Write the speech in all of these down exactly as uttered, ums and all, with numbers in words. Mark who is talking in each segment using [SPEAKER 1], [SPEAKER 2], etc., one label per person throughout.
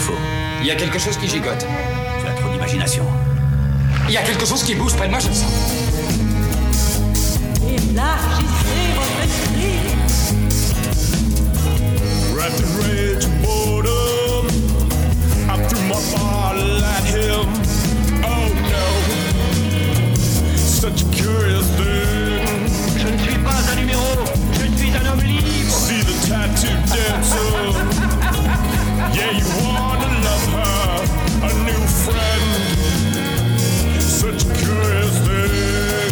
[SPEAKER 1] faut.
[SPEAKER 2] Il y a quelque chose qui gigote.
[SPEAKER 1] Tu as trop d'imagination.
[SPEAKER 2] Il y a quelque chose qui bouge près de moi, je le sens.
[SPEAKER 3] Élargissez votre esprit.
[SPEAKER 4] Wrapped in rage and boredom, I threw my bottle at him. Oh no, such a curious thing.
[SPEAKER 5] Je ne suis pas un numéro, je suis un homme libre.
[SPEAKER 4] See the tattooed dancer. Yeah, you wanna love her, a new friend. Such a curious thing.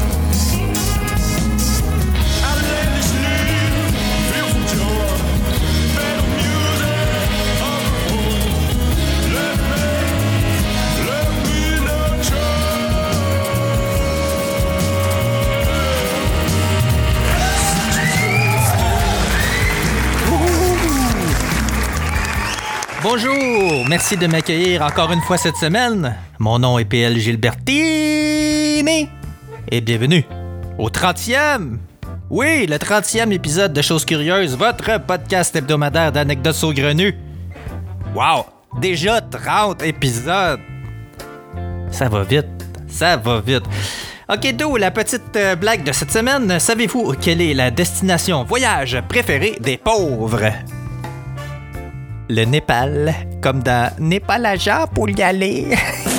[SPEAKER 4] Outlandishly, fearful joy, better music of the home. Let me, let me nurture.
[SPEAKER 6] Bonjour, merci de m'accueillir encore une fois cette semaine. Mon nom est P L Gilbertini et bienvenue au trentième. Oui, le trentième épisode de Choses Curieuses, votre podcast hebdomadaire d'anecdotes saugrenues. Wow, déjà trente épisodes. Ça va vite, ça va vite. Ok, d'où la petite euh, blague de cette semaine. Savez-vous quelle est la destination voyage préférée des pauvres? Le Népal, comme dans Népalaja pour y aller.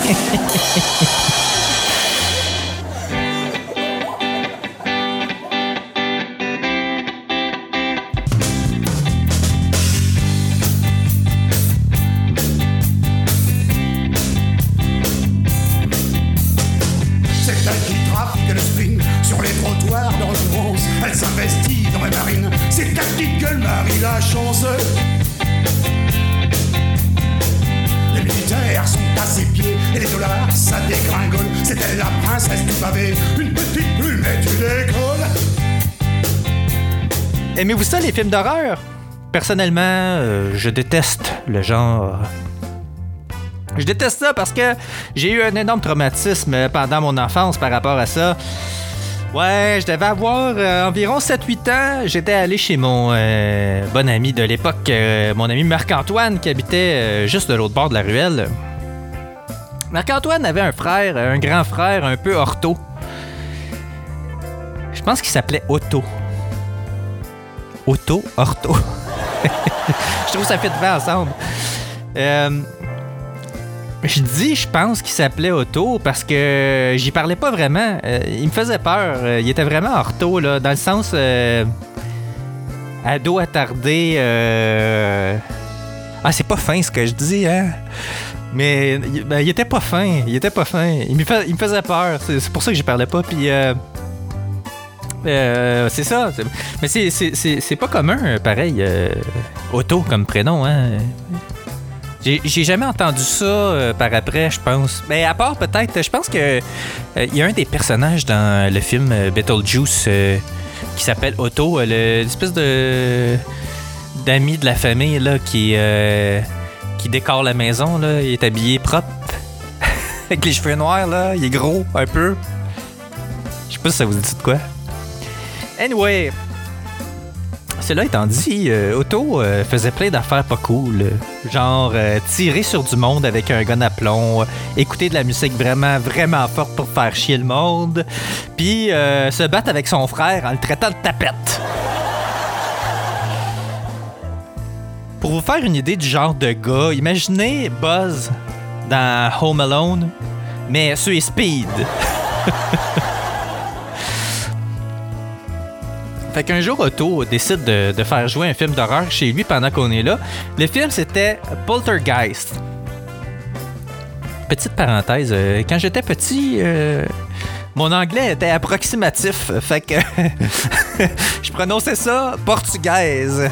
[SPEAKER 7] C'est elle qui trafique le spring sur les trottoirs de France. Elle s'investit dans les marines. C'est elle qui gueule Marie la chance. Les militaires sont à ses pieds et les dollars ça dégringole. C'est elle la princesse du pavé, une petite plume et tu décolles.
[SPEAKER 6] Aimez-vous ça, les films d'horreur? Personnellement, euh, je déteste le genre. Je déteste ça parce que j'ai eu un énorme traumatisme pendant mon enfance par rapport à ça. Ouais, je devais avoir euh, environ sept huit ans. J'étais allé chez mon euh, bon ami de l'époque, euh, mon ami Marc-Antoine, qui habitait euh, juste de l'autre bord de la ruelle. Marc-Antoine avait un frère, un grand frère un peu ortho. Je pense qu'il s'appelait Otto. Otto, ortho. Je trouve que ça fait de bien ensemble. Euh... Je dis, je pense qu'il s'appelait Otto parce que j'y parlais pas vraiment. Euh, il me faisait peur. Euh, il était vraiment ortho, là, dans le sens euh, ado attardé. Euh... Ah, c'est pas fin ce que je dis, hein? Mais ben, il était pas fin. Il était pas fin. Il me, fait, il me faisait peur. C'est, c'est pour ça que j'y parlais pas. Puis, euh, euh, c'est ça. C'est... Mais c'est, c'est, c'est, c'est pas commun, pareil. Euh, Otto comme prénom, hein? J'ai, j'ai jamais entendu ça euh, par après, je pense. Mais à part peut-être, je pense que il euh, y a un des personnages dans le film euh, Beetlejuice euh, qui s'appelle Otto, euh, le, l'espèce de d'ami de la famille là qui euh, qui décore la maison là. Il est habillé propre, avec les cheveux noirs là. Il est gros un peu. Je sais pas si ça vous dit de quoi. Anyway. Cela étant dit, euh, Otto euh, faisait plein d'affaires pas cool. Genre euh, tirer sur du monde avec un gun à plomb, euh, écouter de la musique vraiment, vraiment forte pour faire chier le monde, puis euh, se battre avec son frère en le traitant de tapette. Pour vous faire une idée du genre de gars, imaginez Buzz dans Home Alone, mais sur les speed. Fait qu'un jour, Otto décide de, de faire jouer un film d'horreur chez lui pendant qu'on est là. Le film, c'était Poltergeist. Petite parenthèse, euh, quand j'étais petit, euh, mon anglais était approximatif. Fait que je prononçais ça portugaise.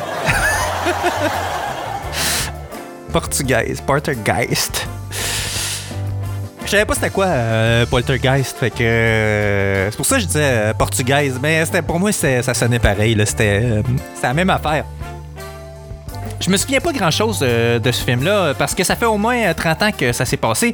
[SPEAKER 6] Portugaise, Poltergeist. Je savais pas c'était quoi euh, Poltergeist, fait que euh, c'est pour ça que je disais euh, portugaise, mais c'était pour moi c'était, ça sonnait pareil, là, c'était, euh, c'était la même affaire. Je me souviens pas grand chose euh, de ce film-là parce que ça fait au moins trente ans que ça s'est passé.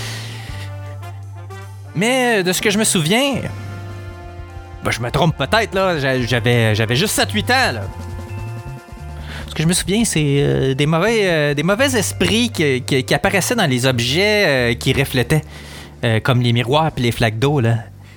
[SPEAKER 6] Mais de ce que je me souviens, ben, je me trompe peut-être là, j'avais, j'avais juste sept huit ans là. Ce que je me souviens, c'est euh, des, mauvais, euh, des mauvais esprits qui, qui, qui apparaissaient dans les objets euh, qui reflétaient, euh, comme les miroirs et les flaques d'eau, là.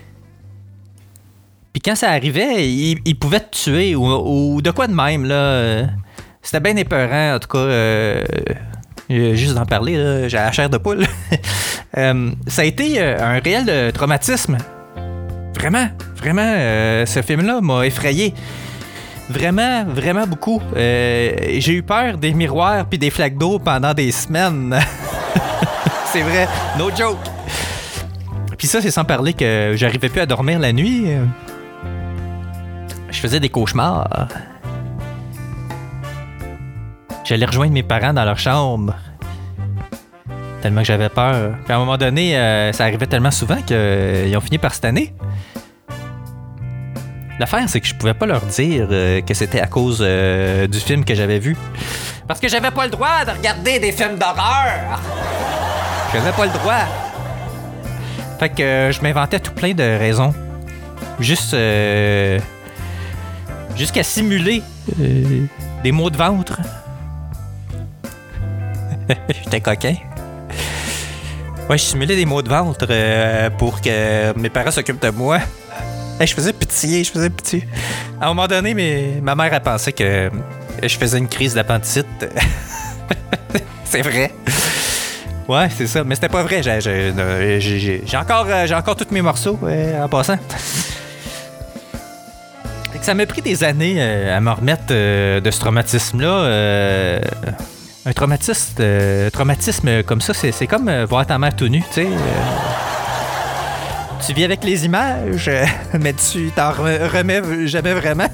[SPEAKER 6] Puis quand ça arrivait, ils, ils pouvaient te tuer ou, ou de quoi de même, là. C'était bien épeurant, en tout cas. Euh, juste d'en parler, là, j'ai la chair de poule. euh, ça a été euh, un réel euh, traumatisme. Vraiment, vraiment, euh, ce film-là m'a effrayé. Vraiment, vraiment beaucoup. Euh, j'ai eu peur des miroirs puis des flaques d'eau pendant des semaines. C'est vrai, no joke. Puis ça, c'est sans parler que j'arrivais plus à dormir la nuit. Je faisais des cauchemars. J'allais rejoindre mes parents dans leur chambre. Tellement que j'avais peur. Puis à un moment donné, euh, ça arrivait tellement souvent qu'ils euh, ont fini par se tanner. L'affaire, c'est que je pouvais pas leur dire euh, que c'était à cause euh, du film que j'avais vu. Parce que j'avais pas le droit de regarder des films d'horreur. J'avais pas le droit. Fait que euh, je m'inventais tout plein de raisons. Juste... Euh, jusqu'à simuler euh, des maux de ventre. J'étais coquin. Ouais, je simulais des maux de ventre euh, pour que mes parents s'occupent de moi. Hey, je faisais pitié, je faisais pitié. À un moment donné, mes, ma mère a pensé que je faisais une crise d'appendicite. C'est vrai. Ouais, c'est ça. Mais c'était pas vrai. J'ai, j'ai, j'ai, j'ai, encore, j'ai encore tous mes morceaux euh, en passant. Ça m'a pris des années euh, à me remettre euh, de ce traumatisme-là. Euh, un traumatisme, euh, traumatisme comme ça, c'est, c'est comme euh, voir ta mère tout nue, tu sais. Euh, tu vis avec les images, euh, mais tu t'en remets jamais vraiment.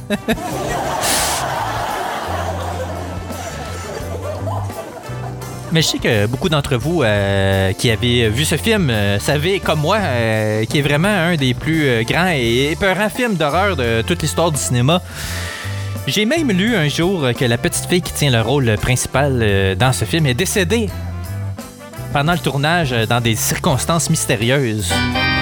[SPEAKER 6] Mais je sais que beaucoup d'entre vous euh, qui avez vu ce film euh, savez, comme moi, euh, qu'il est vraiment un des plus euh, grands et épeurants films d'horreur de toute l'histoire du cinéma. J'ai même lu un jour que la petite fille qui tient le rôle principal euh, dans ce film est décédée pendant le tournage euh, dans des circonstances mystérieuses.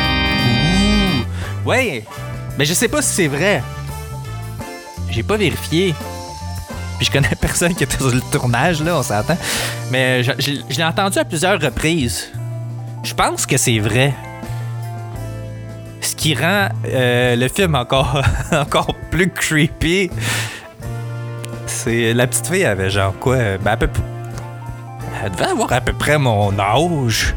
[SPEAKER 6] Ouh! Ouais! Mais je sais pas si c'est vrai. J'ai pas vérifié. Puis je connais personne qui était sur le tournage, là, on s'entend. Mais je, je, je l'ai entendu à plusieurs reprises. Je pense que c'est vrai. Ce qui rend euh, le film encore, encore plus creepy, c'est la petite fille avait genre quoi? Ben à peu, elle devait avoir à peu près mon âge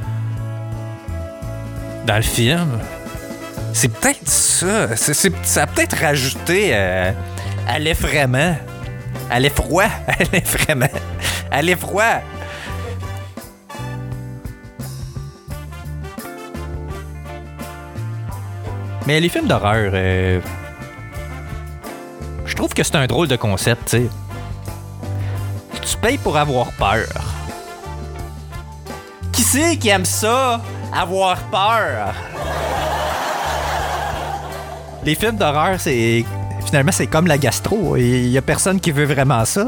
[SPEAKER 6] dans le film. C'est peut-être ça. C'est, c'est, ça a peut-être rajouté euh, à l'effraiement. À l'effroi. À l'effraiement. À l'effroi. Mais les films d'horreur, euh, je trouve que c'est un drôle de concept, tu sais. Tu payes pour avoir peur. Qui c'est qui aime ça, avoir peur? Les films d'horreur, c'est... Finalement, c'est comme la gastro. Il y a personne qui veut vraiment ça.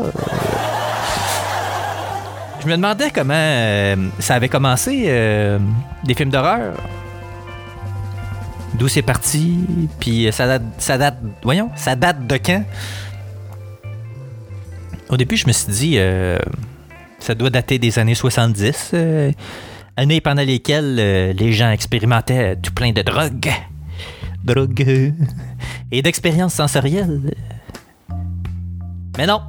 [SPEAKER 6] Je me demandais comment euh, ça avait commencé, euh, des films d'horreur. D'où c'est parti, puis ça date, ça date, voyons, ça date de quand? Au début, je me suis dit, euh, ça doit dater des années soixante-dix, euh, années pendant lesquelles euh, les gens expérimentaient tout plein de drogues. Drogue et d'expériences sensorielles. Mais non.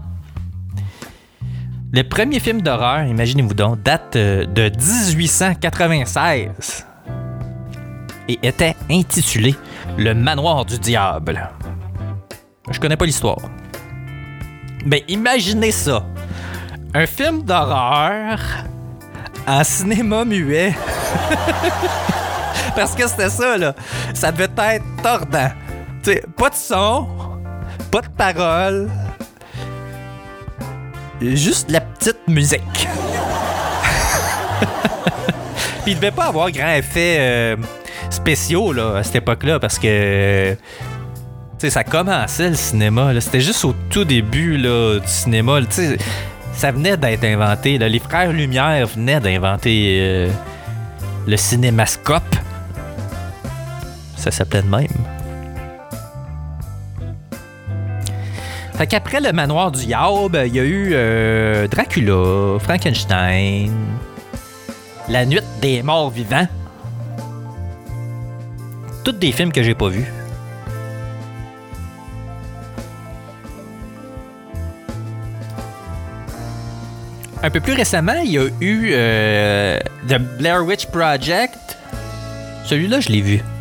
[SPEAKER 6] Le premier film d'horreur, imaginez-vous donc, date de dix-huit cent quatre-vingt-seize et était intitulé Le Manoir du Diable. Je connais pas l'histoire. Mais imaginez ça. Un film d'horreur en cinéma muet. Parce que c'était ça, là. Ça devait être tordant. T'sais, pas de son, pas de paroles, juste la petite musique. Puis il devait pas avoir grand effet euh, spéciaux, là, à cette époque-là, parce que... T'sais, ça commençait, le cinéma, là. C'était juste au tout début, là, du cinéma. T'sais, ça venait d'être inventé, là. Les frères Lumière venaient d'inventer euh, le cinémascope. Ça s'appelait de même. Fait qu'après le manoir du Yaub, il y a eu euh, Dracula, Frankenstein, La Nuit des Morts Vivants. Tous des films que j'ai pas vus. Un peu plus récemment, il y a eu euh, The Blair Witch Project. Celui-là, je l'ai vu.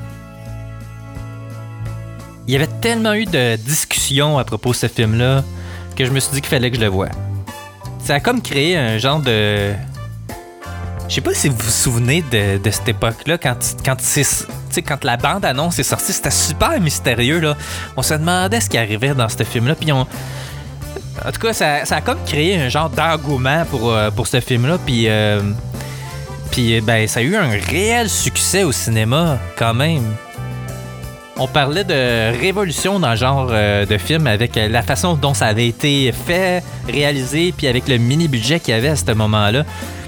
[SPEAKER 6] Il y avait tellement eu de discussions à propos de ce film-là que je me suis dit qu'il fallait que je le voie. Ça a comme créé un genre de... Je sais pas si vous vous souvenez de, de cette époque-là, quand, quand, c'est, quand la bande-annonce est sortie, c'était super mystérieux, là. On se demandait ce qui arrivait dans ce film-là, puis on... En tout cas, ça, ça a comme créé un genre d'engouement pour, pour ce film-là, puis... Euh, puis, ben, ça a eu un réel succès au cinéma, quand même. On parlait de révolution dans le genre euh, de film avec euh, la façon dont ça avait été fait, réalisé, puis avec le mini-budget qu'il y avait à ce moment-là.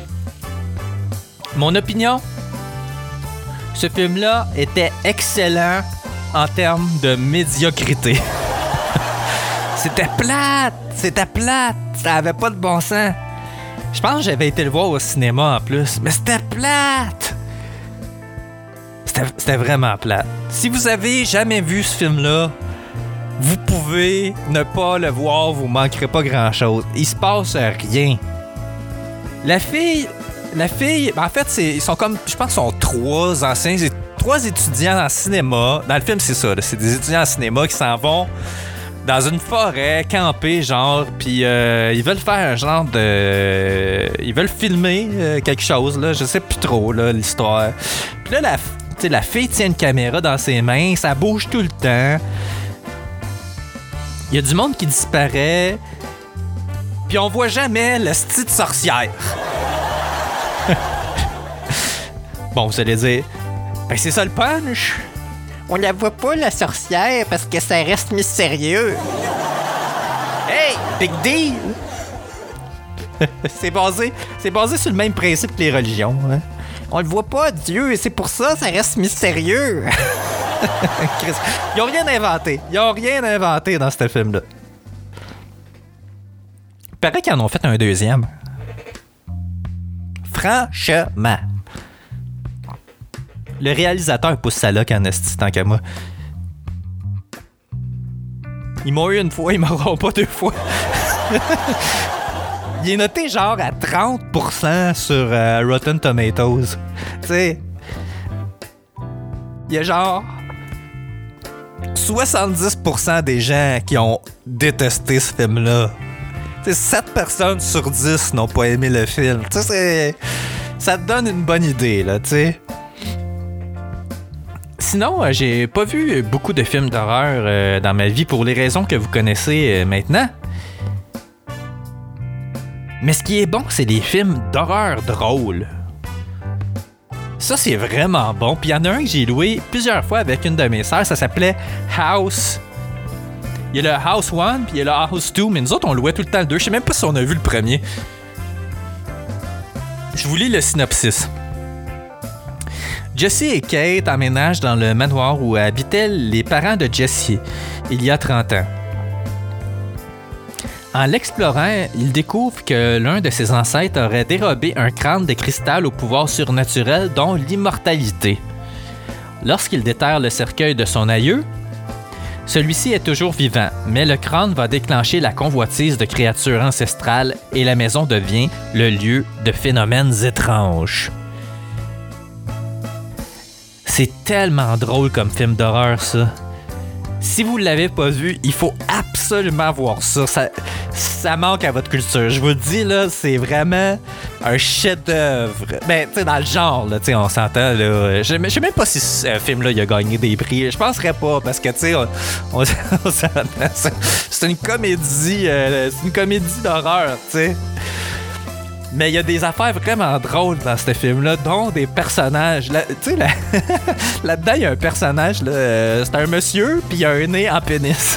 [SPEAKER 6] Mon opinion, ce film-là était excellent en termes de médiocrité. C'était plate! C'était plate! Ça avait pas de bon sens. Je pense que j'avais été le voir au cinéma en plus, mais c'était plate! C'était, c'était vraiment plate. Si vous avez jamais vu ce film-là, vous pouvez ne pas le voir, vous manquerez pas grand-chose. Il se passe rien. La fille... La fille... En fait, c'est, ils sont comme... Je pense qu'ils sont trois anciens... Trois étudiants en cinéma. Dans le film, c'est ça. Là, c'est des étudiants en cinéma qui s'en vont dans une forêt, camper, genre, puis euh, ils veulent faire un genre de... Ils veulent filmer euh, quelque chose, là, je sais plus trop, là, l'histoire. Puis là, la, t'sais, la fille tient une caméra dans ses mains, ça bouge tout le temps. Il y a du monde qui disparaît, puis on voit jamais le style de sorcière. Bon, vous allez dire, ben c'est ça le punch? On la voit pas, la sorcière, parce que ça reste mystérieux. Hey, big deal! c'est basé, c'est basé sur le même principe que les religions. Hein? On le voit pas, Dieu, et c'est pour ça ça reste mystérieux. Ils ont rien inventé. Ils ont rien inventé dans ce film-là. Il paraît qu'ils en ont fait un deuxième. Franchement. Le réalisateur pousse sa loque en esti tant qu'à moi. Ils m'ont eu une fois, ils m'auront pas deux fois. Il est noté genre à trente pour cent sur euh, Rotten Tomatoes. Tu sais, il y a genre soixante-dix pour cent des gens qui ont détesté ce film-là. Tu sais, sept personnes sur dix n'ont pas aimé le film. Tu sais, c'est... ça te donne une bonne idée, là, tu sais. Sinon, euh, j'ai pas vu beaucoup de films d'horreur euh, dans ma vie pour les raisons que vous connaissez euh, maintenant. Mais ce qui est bon, c'est les films d'horreur drôles. Ça, c'est vraiment bon. Puis il y en a un que j'ai loué plusieurs fois avec une de mes sœurs. Ça s'appelait House. Il y a le House un, puis il y a le House deux. Mais nous autres, on louait tout le temps le deux. Je sais même pas si on a vu le premier. Je vous lis le synopsis. Jesse et Kate emménagent dans le manoir où habitaient les parents de Jesse il y a trente ans. En l'explorant, ils découvrent que l'un de ses ancêtres aurait dérobé un crâne de cristal au pouvoir surnaturel, dont l'immortalité. Lorsqu'il déterre le cercueil de son aïeux, celui-ci est toujours vivant, mais le crâne va déclencher la convoitise de créatures ancestrales et la maison devient le lieu de phénomènes étranges. C'est tellement drôle comme film d'horreur, ça. Si vous ne l'avez pas vu, il faut absolument voir ça. ça. Ça manque à votre culture. Je vous le dis, là, c'est vraiment un chef-d'œuvre. Ben, tu sais, dans le genre, là, tu sais, on s'entend, là. Je ne sais même pas si ce film-là, il a gagné des prix. Je penserais pas, parce que, tu sais, on, on, on s'entend. C'est une comédie, euh, c'est une comédie d'horreur, tu sais. Mais il y a des affaires vraiment drôles dans ce film-là, dont des personnages. Tu sais, là, là-dedans, il y a un personnage, là, euh, c'est un monsieur, puis il a un nez en pénis.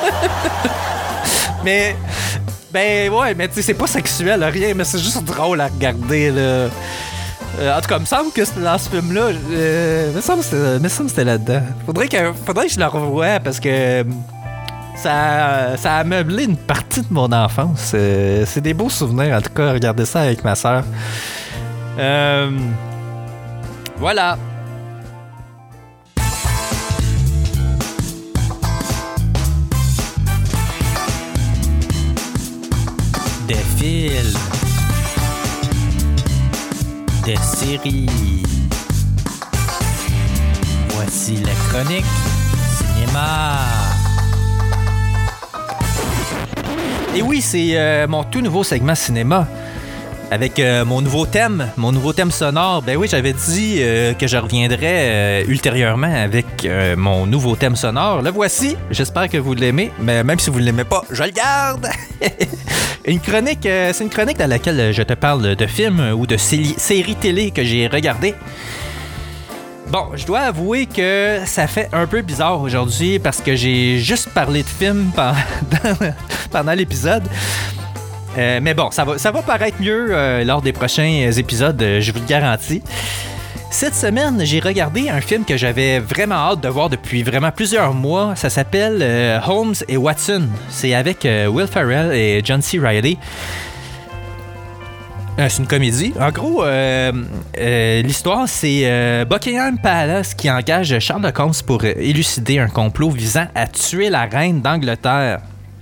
[SPEAKER 6] mais, ben ouais, mais tu sais, c'est pas sexuel, rien, mais c'est juste drôle à regarder, là. Euh, en tout cas, il me semble que c'était dans ce film-là. Euh, il me semble que c'était, me semble que c'était là-dedans. Faudrait que, faudrait que je le revoie, parce que Ça, ça a meublé une partie de mon enfance. Euh, c'est des beaux souvenirs, en tout cas, regarder ça avec ma sœur. Euh, voilà. Des films. Des séries. Voici la chronique cinéma. Et oui, c'est euh, mon tout nouveau segment cinéma avec euh, mon nouveau thème, mon nouveau thème sonore. Ben oui, j'avais dit euh, que je reviendrais euh, ultérieurement avec euh, mon nouveau thème sonore. Le voici. J'espère que vous l'aimez, mais même si vous ne l'aimez pas, je le garde. Une chronique, euh, c'est une chronique dans laquelle je te parle de films ou de sé- séries télé que j'ai regardées. Bon, je dois avouer que ça fait un peu bizarre aujourd'hui parce que j'ai juste parlé de films pendant, pendant l'épisode. Euh, mais bon, ça va, ça va paraître mieux euh, lors des prochains épisodes, euh, je vous le garantis. Cette semaine, j'ai regardé un film que j'avais vraiment hâte de voir depuis vraiment plusieurs mois. Ça s'appelle euh, Holmes et Watson. C'est avec euh, Will Ferrell et John C. Reilly. Euh, c'est une comédie. En gros, euh, euh, l'histoire, c'est euh, Buckingham Palace qui engage Sherlock Holmes pour euh, élucider un complot visant à tuer la reine d'Angleterre.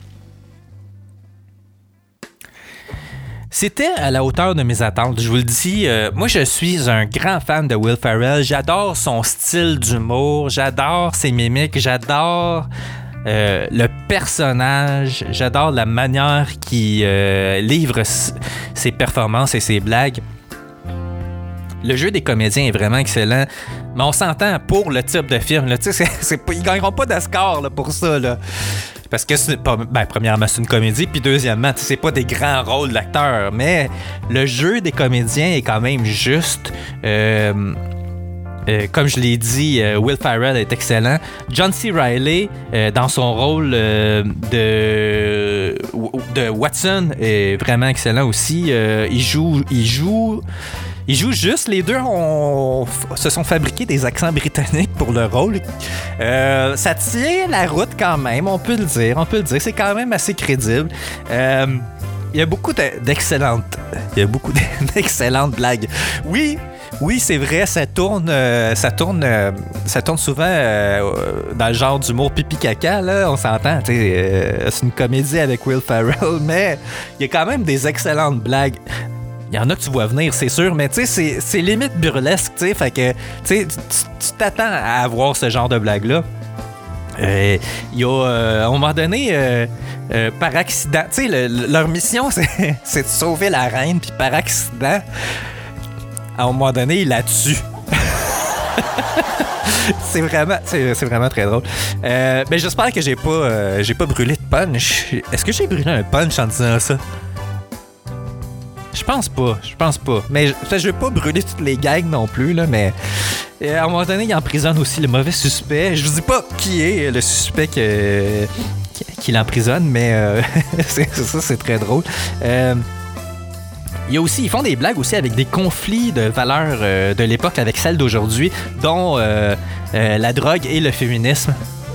[SPEAKER 6] C'était à la hauteur de mes attentes, je vous le dis. Euh, moi, je suis un grand fan de Will Ferrell. J'adore son style d'humour, j'adore ses mimiques, j'adore euh, le personnage, j'adore la manière qu'il euh, livre s- ses performances et ses blagues. Le jeu des comédiens est vraiment excellent, mais on s'entend pour le type de film. Là. C'est, c'est pas, ils gagneront pas d'Oscar là, pour ça. Là. Parce que, c'est pas, ben, premièrement, c'est une comédie, puis deuxièmement, c'est pas des grands rôles d'acteurs, mais le jeu des comédiens est quand même juste. Euh, euh, comme je l'ai dit, euh, Will Ferrell est excellent. John C. Reilly, euh, dans son rôle euh, de, de Watson, est vraiment excellent aussi. Euh, il joue... Il joue Ils jouent juste, les deux ont, se sont fabriqués des accents britanniques pour le rôle. Euh, ça tient la route quand même, on peut le dire, on peut le dire. C'est quand même assez crédible. Euh, il y a beaucoup de, d'excellentes, il y a beaucoup d'excellentes blagues. Oui, oui, c'est vrai, ça tourne, euh, ça tourne, euh, ça tourne souvent euh, dans le genre d'humour pipi caca. Là, on s'entend. Euh, c'est une comédie avec Will Ferrell, mais il y a quand même des excellentes blagues. Il y en a que tu vois venir, c'est sûr, mais tu sais, c'est, c'est limite burlesque, tu sais, fait que, tu sais, tu t'attends à avoir ce genre de blague-là. Euh, il y a, euh, à un moment donné, euh, euh, par accident, tu sais, le, leur mission, c'est, c'est de sauver la reine, puis par accident, à un moment donné, ils la tuent. c'est vraiment, c'est, c'est vraiment très drôle. Euh, ben, j'espère que j'ai pas, euh, j'ai pas brûlé de punch. Est-ce que j'ai brûlé un punch en disant ça? Je pense pas, je pense pas. Mais je, je vais pas brûler toutes les gangs non plus, là, mais euh, à un moment donné, il emprisonne aussi le mauvais suspect. Je vous dis pas qui est le suspect que, qui, qui l'emprisonne, mais euh, c'est, ça, c'est très drôle. Euh, il y a aussi, ils font des blagues aussi avec des conflits de valeurs euh, de l'époque avec celles d'aujourd'hui, dont euh, euh, la drogue et le féminisme.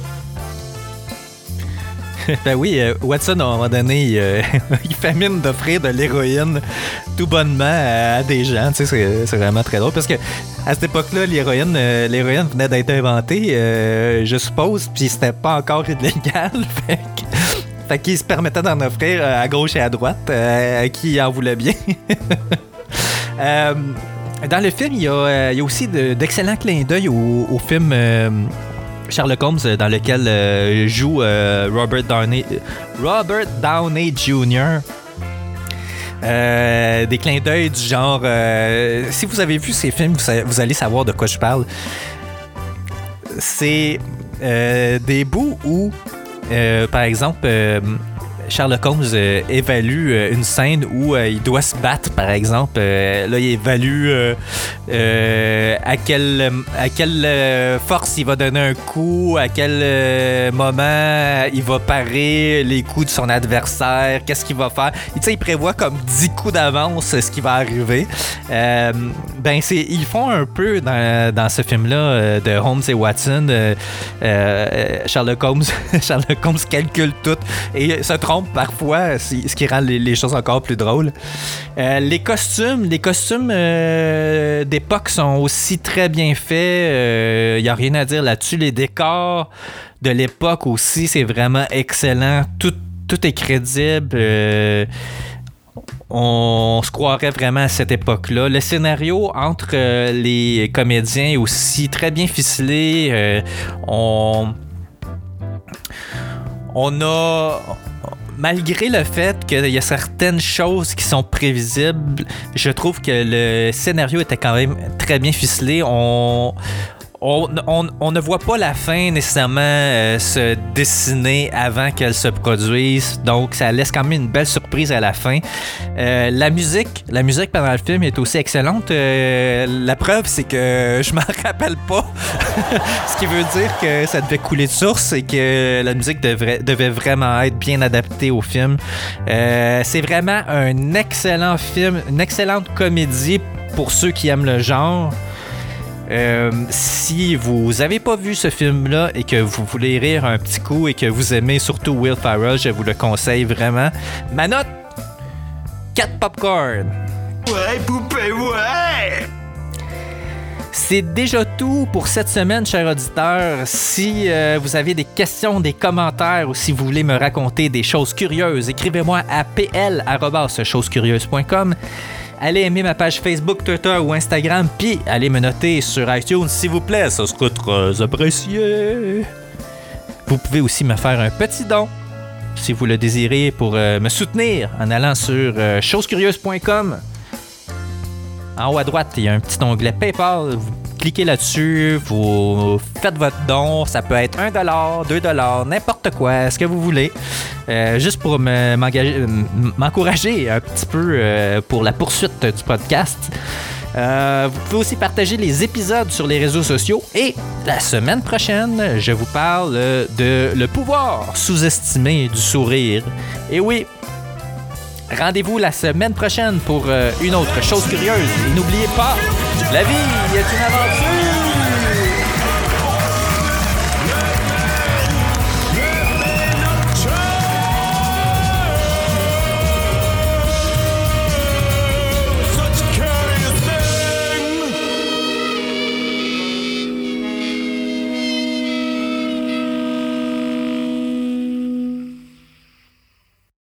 [SPEAKER 6] Ben oui, euh, Watson, à un moment donné, euh, il fait mine d'offrir de l'héroïne tout bonnement à, à des gens. Tu sais, c'est, c'est vraiment très drôle parce que à cette époque-là, l'héroïne, euh, l'héroïne venait d'être inventée, euh, je suppose, puis c'était pas encore illégal. Fait, que, fait qu'il se permettait d'en offrir à gauche et à droite euh, à qui en voulait bien. euh, dans le film, il y a, il y a aussi de, d'excellents clins d'œil au, au film... Euh, Sherlock Holmes, dans lequel euh, joue euh, Robert Downey, Robert Downey junior Euh, des clins d'œil du genre... Euh, si vous avez vu ces films, vous, vous allez savoir de quoi je parle. C'est euh, des bouts où, euh, par exemple, euh, Sherlock Holmes euh, évalue euh, une scène où euh, il doit se battre, par exemple. Euh, là, il évalue euh, euh, à quelle, à quelle euh, force il va donner un coup, à quel euh, moment il va parer les coups de son adversaire, qu'est-ce qu'il va faire. Tu sais, il prévoit comme dix coups d'avance ce qui va arriver. Euh, ben, c'est, ils font un peu dans, dans ce film-là euh, de Holmes et Watson. Euh, euh, Sherlock Holmes, Sherlock Holmes calcule tout et se trompe parfois, ce qui rend les, les choses encore plus drôles. Euh, les costumes, les costumes euh, d'époque sont aussi très bien faits. Il euh, n'y a rien à dire là-dessus. Les décors de l'époque aussi, c'est vraiment excellent. Tout, tout est crédible. Euh, on se croirait vraiment à cette époque-là. Le scénario entre euh, les comédiens est aussi très bien ficelé. Euh, on... On a, malgré le fait qu'il y a certaines choses qui sont prévisibles, je trouve que le scénario était quand même très bien ficelé. On, on, on, on ne voit pas la fin nécessairement euh, se dessiner avant qu'elle se produise, donc ça laisse quand même une belle surprise à la fin. Euh, la musique, la musique pendant le film est aussi excellente. Euh, la preuve, c'est que je m'en rappelle pas, ce qui veut dire que ça devait couler de source et que la musique devrait, devait vraiment être bien adaptée au film. Euh, c'est vraiment un excellent film, une excellente comédie pour ceux qui aiment le genre. Euh, si vous n'avez pas vu ce film-là et que vous voulez rire un petit coup et que vous aimez surtout Will Ferrell, je vous le conseille vraiment. Ma note, quatre popcorn.
[SPEAKER 5] Ouais, poupée, ouais!
[SPEAKER 6] C'est déjà tout pour cette semaine, chers auditeurs. Si euh, vous avez des questions, des commentaires ou si vous voulez me raconter des choses curieuses, écrivez-moi à p l arobase choses curieuses point com. Allez aimer ma page Facebook, Twitter ou Instagram, puis allez me noter sur iTunes, s'il vous plaît, ça serait très apprécié. Vous pouvez aussi me faire un petit don, si vous le désirez, pour euh, me soutenir en allant sur euh, choses curieuses point com. En haut à droite, il y a un petit onglet PayPal. Vous cliquez là-dessus, vous faites votre don. Ça peut être un dollar, deux dollars, n'importe quoi, ce que vous voulez. Euh, juste pour me, m'engager, m'encourager un petit peu euh, pour la poursuite du podcast. Euh, vous pouvez aussi partager les épisodes sur les réseaux sociaux. Et la semaine prochaine, je vous parle de le pouvoir sous-estimé du sourire. Et oui, rendez-vous la semaine prochaine pour euh, une autre chose curieuse. Et n'oubliez pas, la vie est une aventure!